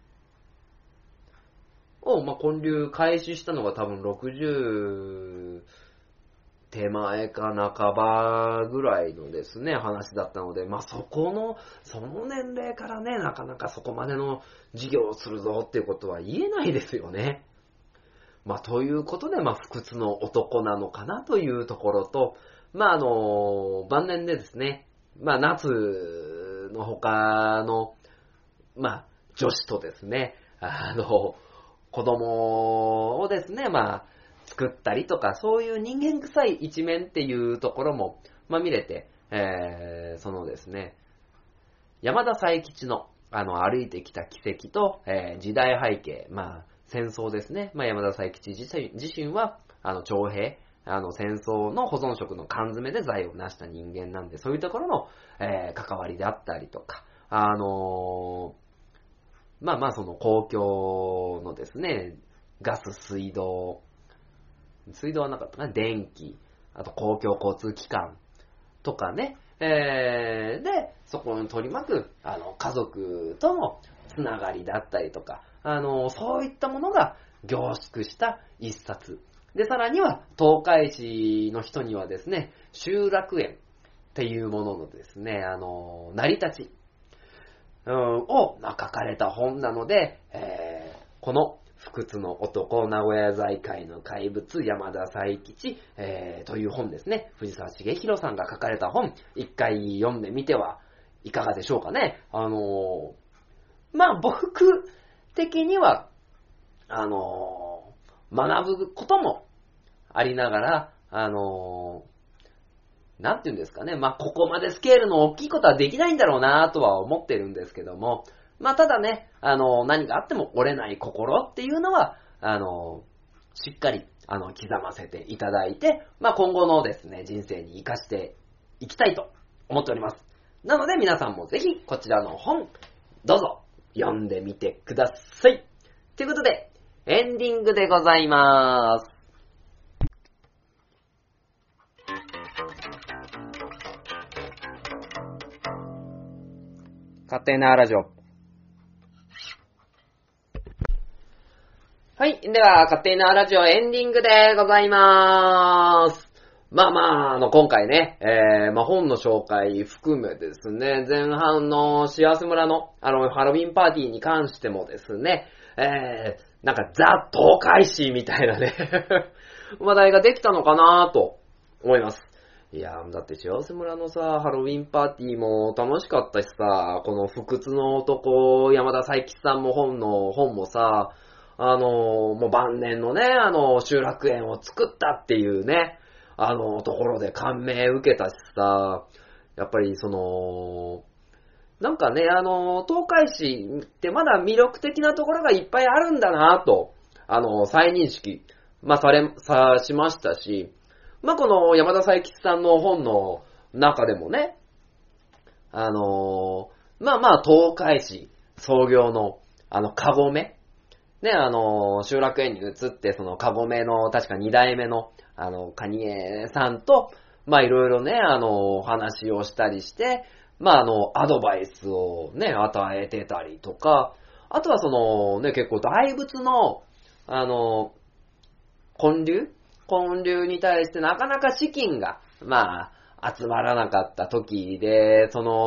を、まあ、建立開始したのが多分ろくじゅう手前か半ばぐらいのですね、話だったので、まあ、そこの、その年齢からね、なかなかそこまでの事業をするぞっていうことは言えないですよね。まあ、ということで、まあ、不屈の男なのかなというところと、まあ、あの、晩年でですね、まあ、夏の他の、まあ、女子とですね、あの、子供をですね、まあ、作ったりとか、そういう人間臭い一面っていうところも、まあ見れて、えー、そのですね、山田佐吉の、あの、歩いてきた軌跡と、えー、時代背景、まあ、戦争ですね。まあ、山田佐吉自身自身は、あの、徴兵、あの、戦争の保存食の缶詰で財を成した人間なんで、そういうところの、えー、関わりであったりとか、あのー、まあまあ、その公共のですね、ガス、水道、水道はなかったかな、電気、あと公共交通機関とかね、えー、で、そこに取り巻く、あの、家族とのつながりだったりとか、あの、そういったものが凝縮した一冊。で、さらには、東海市の人にはですね、集落園っていうもののですね、あの、成り立ち、うん、を書かれた本なので、えー、この不屈の男、名古屋財界の怪物、山田佐吉、えー、という本ですね。藤沢茂弘さんが書かれた本、一回読んでみてはいかがでしょうかね。あのー、まあ、僕的には、あのー、学ぶこともありながら、あのー、なんていうんですかね。まあ、ここまでスケールの大きいことはできないんだろうなとは思ってるんですけども、まあ、ただね、あの、何があっても折れない心っていうのは、あの、しっかり、あの、刻ませていただいて、まあ、今後のですね、人生に活かしていきたいと思っております。なので、皆さんもぜひ、こちらの本、どうぞ、読んでみてください。ということで、エンディングでございます。勝手なラジオ。はい。では、勝手なラジオエンディングでございまーす。まあまあ、あの、今回ね、えー、まあ本の紹介含めですね、前半の幸せ村の、あの、ハロウィンパーティーに関してもですね、えー、なんかザ・東海市みたいなね、話題ができたのかなと思います。いやー、だって幸せ村のさ、ハロウィンパーティーも楽しかったしさ、この不屈の男、山田佐吉さんも本の、本もさ、あのー、もう晩年のね、あのー、集落園を作ったっていうね、あのー、ところで感銘受けたしさ、やっぱりその、なんかね、あのー、東海市ってまだ魅力的なところがいっぱいあるんだなと、あのー、再認識、まあ、され、さ、しましたし、まあ、この山田佐吉さんの本の中でもね、あのー、まあまあ、東海市創業の、あの、かごめね、あの、集落園に移って、その、かごめの、確か二代目の、あの、カニエさんと、まあ、いろいろね、あの、話をしたりして、まあ、あの、アドバイスをね、与えてたりとか、あとはその、ね、結構大仏の、あの、建立建立に対してなかなか資金が、まあ、集まらなかった時で、その、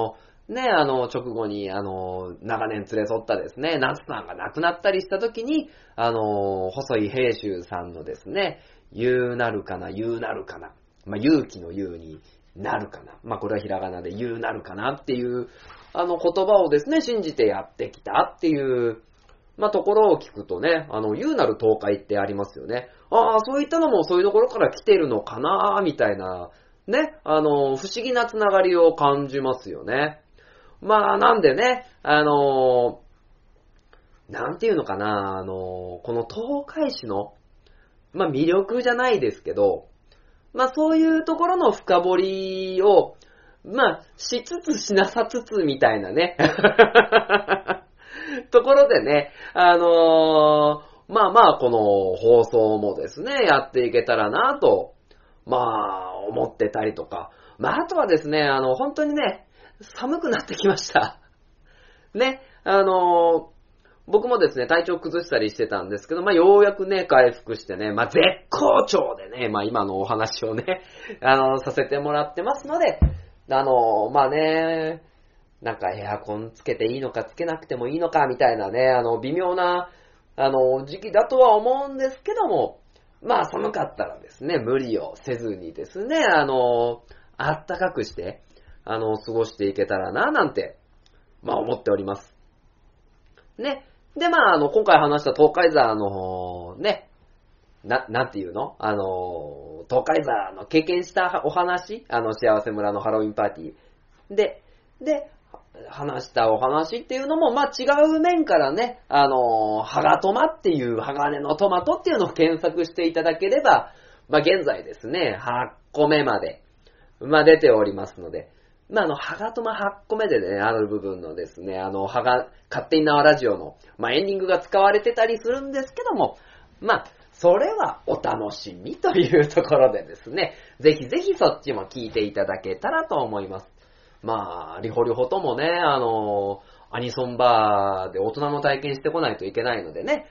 ね、あの、直後に、あの、長年連れ添ったですね、夏さんが亡くなったりした時に、あの、細井平州さんのですね、言うなるかな、言うなるかな。まあ、勇気の言うになるかな。まあ、これはひらがなで言うなるかなっていう、あの言葉をですね、信じてやってきたっていう、まあ、ところを聞くとね、あの、言うなる東海ってありますよね。ああ、そういったのもそういうところから来てるのかな、みたいな、ね、あの、不思議なつながりを感じますよね。まあ、なんでね、あの、なんていうのかな、あの、この東海市の、まあ、魅力じゃないですけど、まあ、そういうところの深掘りを、まあ、しつつしなさつつみたいなね、ところでね、あのー、まあまあ、この放送もですね、やっていけたらなと、まあ、思ってたりとか、まあ、あとはですね、あの、本当にね、寒くなってきました。ね、あのー、僕もですね、体調崩したりしてたんですけど、まあ、ようやくね、回復してね、まあ、絶好調でね、まあ、今のお話をね、あのー、させてもらってますので、あのー、まあね、なんかエアコンつけていいのかつけなくてもいいのかみたいなね、あの、微妙な、あの、時期だとは思うんですけども、まあ寒かったらですね、無理をせずにですね、あの、あったかくして、あの、過ごしていけたらな、なんて、まあ思っております。ね。で、まあ、あの、今回話した東海座の、ね、な、なんていうのあの、東海座の経験したお話、あの、幸せ村のハロウィンパーティー。で、で、話したお話っていうのも、まあ、違う面からね、あの、ハガトマっていう、鋼のトマトっていうのを検索していただければ、まあ、現在ですね、はちこめまで、まあ、出ておりますので、まあ、あの、ハガトマはちこめでね、ある部分のですね、あの、ハガ、勝手に縄ラジオの、まあ、エンディングが使われてたりするんですけども、まあ、それはお楽しみというところでですね、ぜひぜひそっちも聞いていただけたらと思います。まあ、リホリホともね、あの、アニソンバーで大人の体験してこないといけないのでね。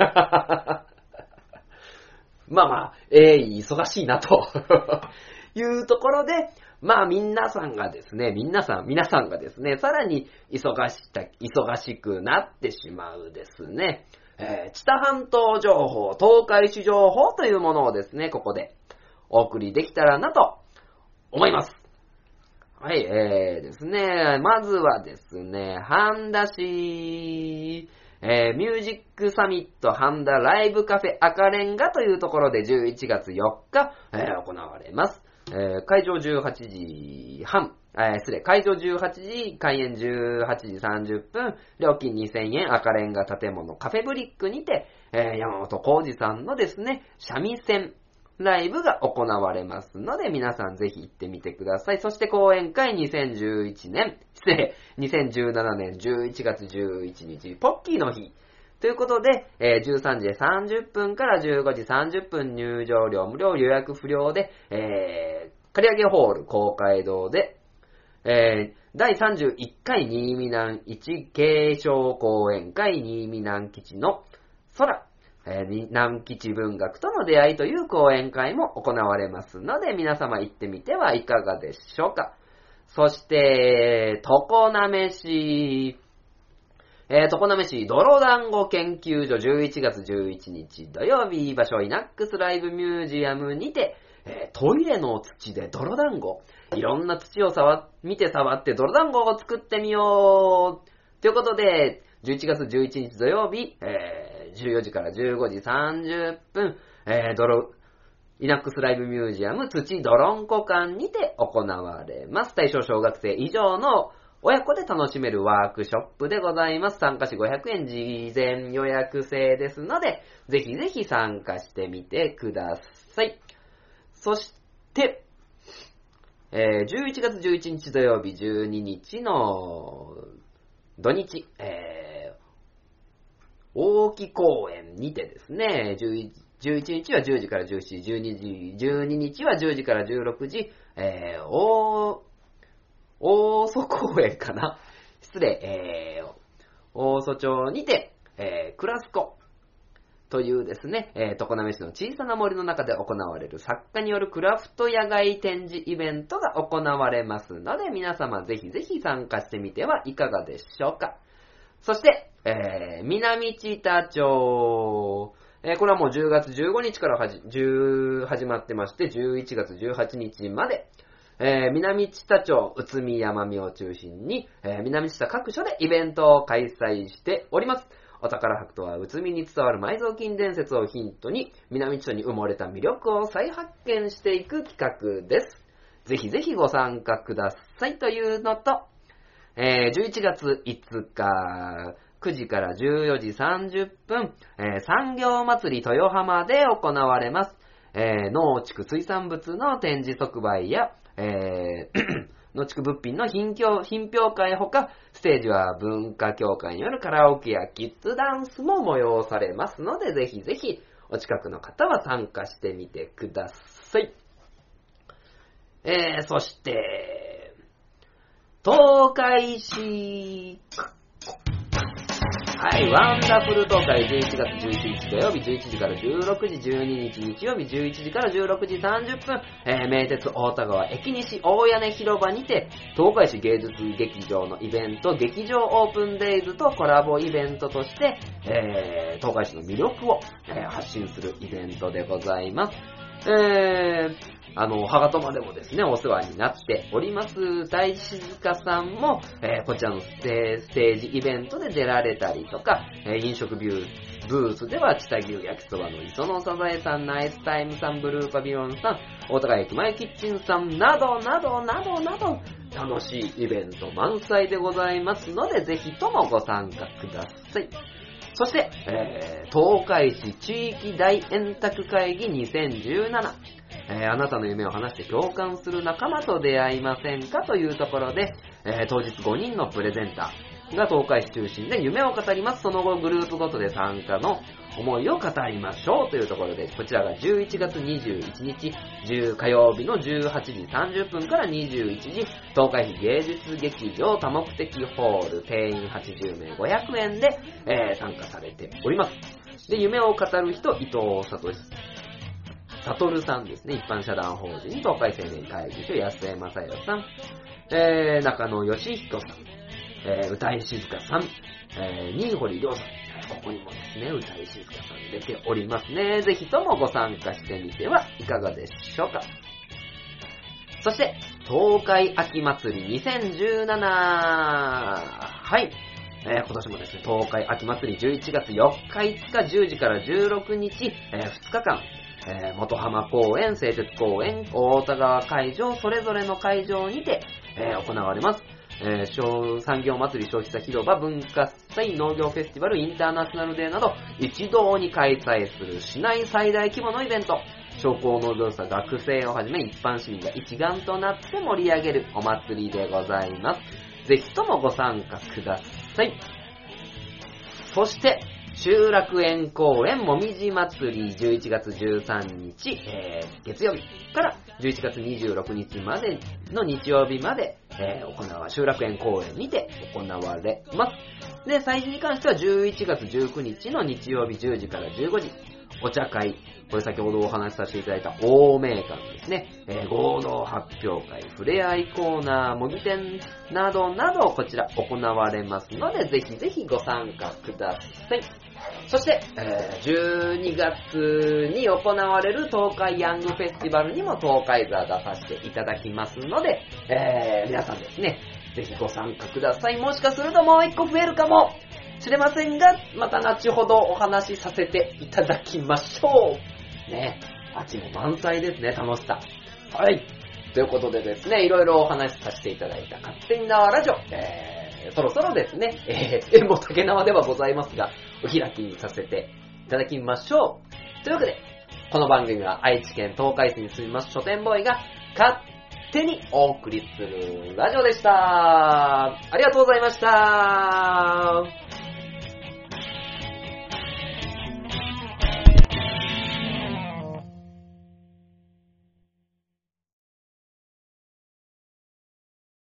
まあまあ、えい、忙しいなというところで、まあ皆さんがですね、皆さん、皆さんがですね、さらに忙した、忙しくなってしまうですね、えー、知多半島情報、東海市情報というものをですね、ここでお送りできたらなと思います。はい、えーですね、まずはですね、半田市、えー、ミュージックサミット半田ライブカフェ赤レンガというところでじゅういちがつよっか、えー、行われます。えー、会場じゅうはちじはん、えー、失礼、会場じゅうはちじ、開演じゅうはちじさんじゅっぷん、料金にせんえん、赤レンガ建物カフェブリックにて、えー、山本浩二さんのですね、三味線ライブが行われますので、皆さんぜひ行ってみてください。そして講演会にせんじゅういちねん、失礼、にせんじゅうななねんじゅういちがつじゅういちにち、ポッキーの日。ということで、えー、じゅうさんじさんじゅっぷんからじゅうごじさんじゅっぷん入場料無料、予約不料で、えー、刈上ホール公会堂で、えー、だいさんじゅういっかい新見南一継承講演会新見南吉の空、えー、南吉文学との出会いという講演会も行われますので、皆様行ってみてはいかがでしょうか。そして、常滑市、えー、常滑市泥団子研究所じゅういちがつじゅういちにち土曜日、場所イナックスライブミュージアムにて、えー、トイレの土で泥団子、いろんな土を触見て触って泥団子を作ってみようということで、じゅういちがつじゅういちにち土曜日、えー、じゅうよじからじゅうごじさんじゅっぷん、えー、泥イナックスライブミュージアム土ドロンコ館にて行われます。対象小学生以上の親子で楽しめるワークショップでございます。参加費ごひゃくえん、事前予約制ですので、ぜひぜひ参加してみてください。そして、えー、じゅういちがつじゅういちにち土曜日、じゅうににちの土日、えー、大木公園にてですね、じゅういちにちはじゅうじからじゅうしちじ、じゅうにじ、じゅうににちはじゅうじからじゅうろくじ、えー、大、大曽公園かな失礼、えー、大曽町にて、えー、クラスコというですね、えー、常滑市の小さな森の中で行われる作家によるクラフト野外展示イベントが行われますので、皆様ぜひぜひ参加してみてはいかがでしょうか。そして、えー、南知多町、えー、これはもうじゅうがつじゅうごにちからはじ始まってまして、じゅういちがつじゅうはちにちまで、えー、南知多町、宇都宮山見を中心に、えー、南知多各所でイベントを開催しております。お宝博とは、宇都宮に伝わる埋蔵金伝説をヒントに、南知多に埋もれた魅力を再発見していく企画です。ぜひぜひご参加くださいというのと、えー、じゅういちがついつか、くじからじゅうよじさんじゅっぷん、えー、産業祭り豊浜で行われます。えー、農畜水産物の展示即売や、えー、農畜物品の品評、品評会ほか、ステージは文化協会によるカラオケやキッズダンスも催されますので、ぜひぜひお近くの方は参加してみてください。えー、そして、東海市、はい、ワンダフル東海じゅういちがつじゅういちにち土曜日じゅういちじからじゅうろくじ、じゅうににち日曜日じゅういちじからじゅうろくじさんじゅっぷん、えー、名鉄大田川駅西大屋根広場にて、東海市芸術劇場のイベント、劇場オープンデイズとコラボイベントとして、えー、東海市の魅力を、えー、発信するイベントでございます。えー、あの、はがとまでもですね、お世話になっております、大静香さんも、えー、こちらのステージイベントで出られたりとか、えー、飲食ビュー、ブースでは、知多牛焼きそばの磯野サザエさん、ナイスタイムさん、ブルーパビロンさん、大高駅前キッチンさん、などなどなどなど、楽しいイベント満載でございますので、ぜひともご参加ください。そして、えー、東海市地域大円卓会議にせんじゅうなな、えー、あなたの夢を話して共感する仲間と出会いませんかというところで、えー、当日ごにんのプレゼンターが東海市中心で夢を語ります。その後グループごとで参加の思いを語りましょうというところで、こちらがじゅういちがつにじゅういちにち火曜日のじゅうはちじさんじゅっぷんからにじゅういちじ、東海市芸術劇場多目的ホール、定員はちじゅうめいごひゃくえんで、えー、参加されております。で、夢を語る人、伊藤聡悟さんですね。一般社団法人東海青年会議所、安江正也さん、えー、中野義彦さん、えー、歌井静香さん、えー、新堀亮さん、ここにもですね、歌井静香さん出ておりますね。ぜひともご参加してみてはいかがでしょうか。そして、東海秋祭りにせんじゅうなな、はい。えー、今年もですね、東海秋祭りじゅういちがつよっかいつかじゅうじからじゅうろくにち、えー、ふつかかん、えー、元浜公園、製鉄公園、大田川会場、それぞれの会場にて、えー、行われます。えー、産業祭り消費者広場文化祭農業フェスティバルインターナショナルデーなど一堂に開催する市内最大規模のイベント。商工農業者、学生をはじめ一般市民が一丸となって盛り上げるお祭りでございます。ぜひともご参加ください。そして集落園公園もみじ祭りじゅういちがつじゅうさんにち、えー、月曜日からじゅういちがつにじゅうろくにちまでの日曜日まで、えー、行わ集落園公園にて行われます。で、祭事に関してはじゅういちがつじゅうくにちの日曜日じゅうじからじゅうごじ、お茶会、これ先ほどお話しさせていただいた大名館ですね、えー、合同発表会、ふれあいコーナー、模擬店などなどこちら行われますので、ぜひぜひご参加ください。そして、えー、じゅうにがつに行われる東海ヤングフェスティバルにも東海座出させていただきますので、えー、皆さんですね、ぜひご参加ください。もしかするともう一個増えるかもしれませんが、また後ほどお話しさせていただきましょう。ね、秋も満載ですね、楽しさ。はい。ということでですね、いろいろお話しさせていただいた勝手に縄ラジオ、えー、そろそろですね、えー、縁も竹縄ではございますが、お開きにさせていただきましょう。というわけで、この番組は愛知県東海市に住みます書店ボーイが勝手にお送りするラジオでした。ありがとうございました。